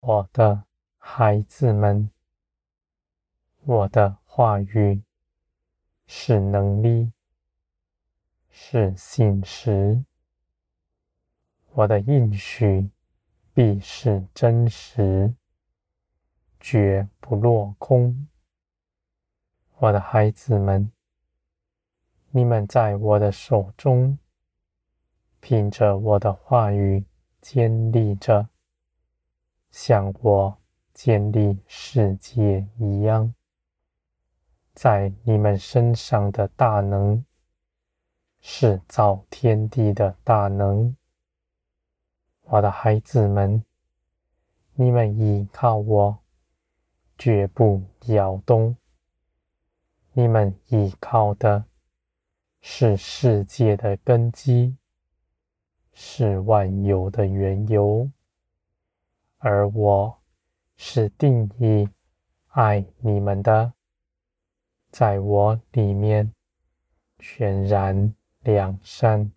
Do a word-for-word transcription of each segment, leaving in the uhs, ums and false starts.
我的孩子们，我的话语是能力，是信实，我的应许必是真实，绝不落空。我的孩子们，你们在我的手中，凭着我的话语坚立着，像我建立世界一样。在你们身上的大能，是造天地的大能。我的孩子们，你们依靠我，绝不摇动。你们依靠的是世界的根基，是万有的缘由，而我是定义爱你们的，在我里面全然良善。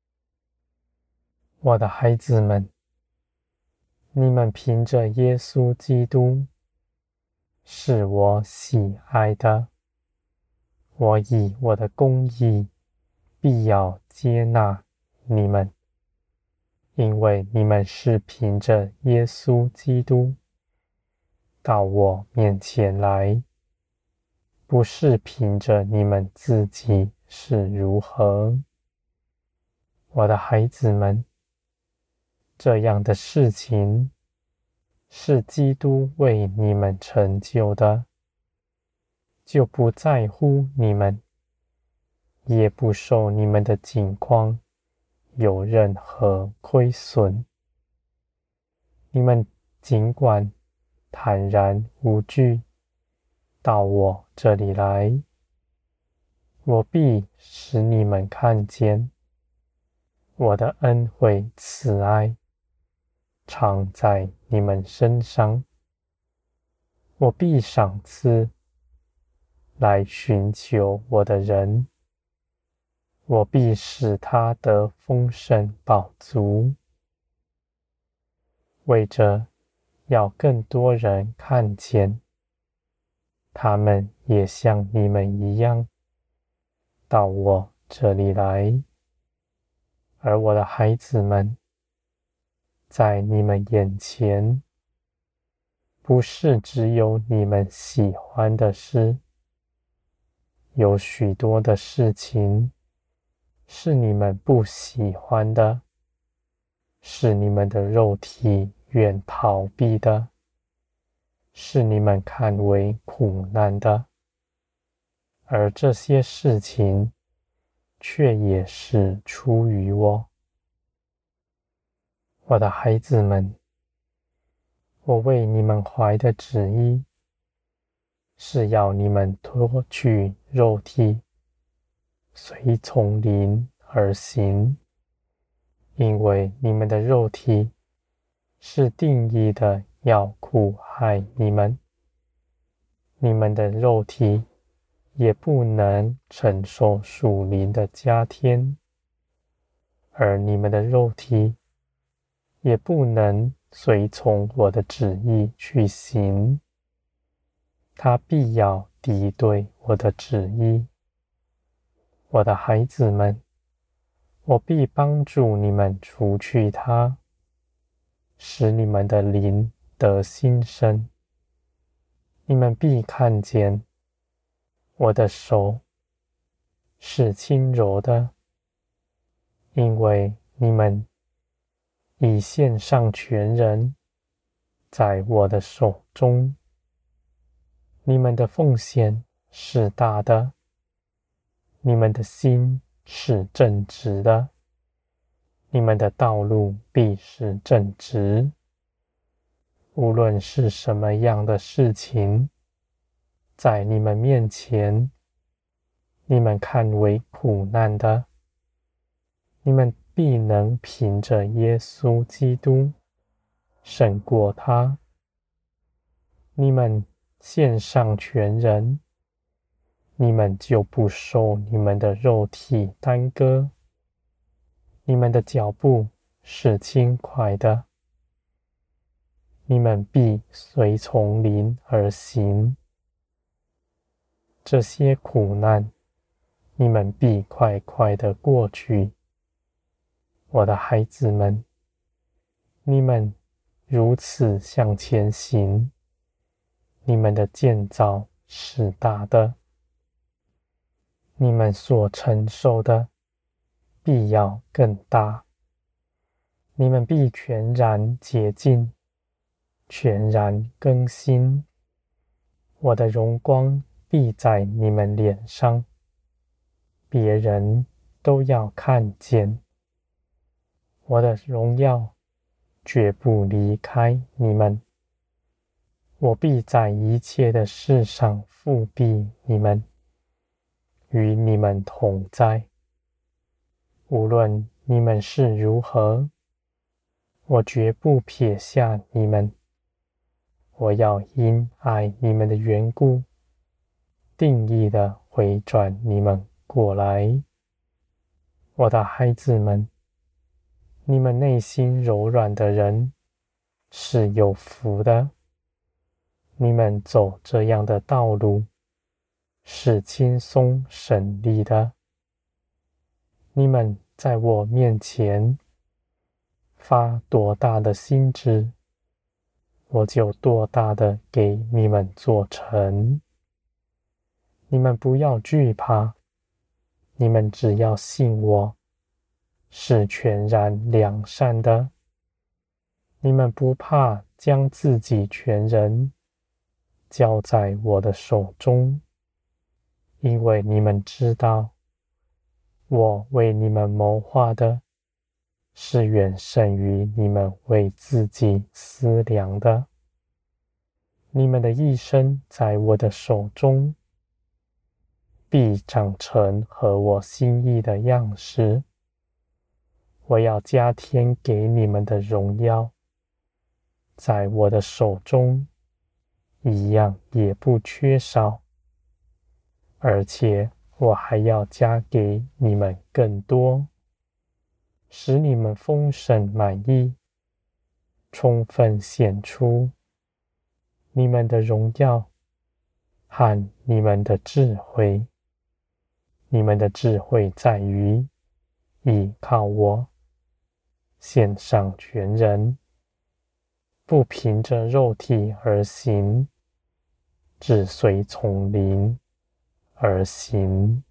我的孩子们，你们凭着耶稣基督是我喜爱的，我以我的公义必要接纳你们，因为你们是凭着耶稣基督到我面前来，不是凭着你们自己是如何。我的孩子们，这样的事情是基督为你们成就的，就不在乎你们，也不受你们的境况有任何亏损。你们尽管坦然无惧到我这里来，我必使你们看见我的恩惠慈爱常在你们身上。我必赏赐来寻求我的人，我必使他得丰盛饱足，为着要更多人看见，他们也像你们一样到我这里来。而我的孩子们，在你们眼前，不是只有你们喜欢的事，有许多的事情是你们不喜欢的，是你们的肉体愿逃避的，是你们看为苦难的，而这些事情却也是出于我。我的孩子们，我为你们怀的旨意，是要你们脱去肉体，随从灵而行，因为你们的肉体是定义的要苦害你们，你们的肉体也不能承受属灵的加添，而你们的肉体也不能随从我的旨意去行，他必要敌对我的旨意。我的孩子们，我必帮助你们除去它，使你们的灵得新生。你们必看见我的手是轻柔的，因为你们已献上全人在我的手中。你们的奉献是大的，你们的心是正直的，你们的道路必是正直。无论是什么样的事情，在你们面前，你们看为苦难的，你们必能凭着耶稣基督胜过他。你们献上全人，你们就不受你们的肉体耽搁，你们的脚步是轻快的。 你们必随从灵而行。这些苦难，你们必快快地过去。我的孩子们，你们如此向前行，你们的建造是大的，你们所承受的必要更大。你们必全然洁净，全然更新。我的荣光必在你们脸上，别人都要看见。我的荣耀绝不离开你们，我必在一切的事上复庇你们，与你们同在。无论你们是如何，我绝不撇下你们。我要因爱你们的缘故，定义的回转你们过来。我的孩子们，你们内心柔软的人是有福的。你们走这样的道路是轻松省力的。你们在我面前发多大的心志，我就多大的给你们做成。你们不要惧怕，你们只要信我是全然良善的。你们不怕将自己全人交在我的手中，因为你们知道，我为你们谋划的是远胜于你们为自己思量的。你们的一生在我的手中，必长成合我心意的样式。我要加添给你们的荣耀，在我的手中一样也不缺少，而且我还要加给你们更多，使你们丰盛满意，充分显出你们的荣耀和你们的智慧。你们的智慧在于依靠我，献上全人，不凭着肉体而行，只随从灵而行。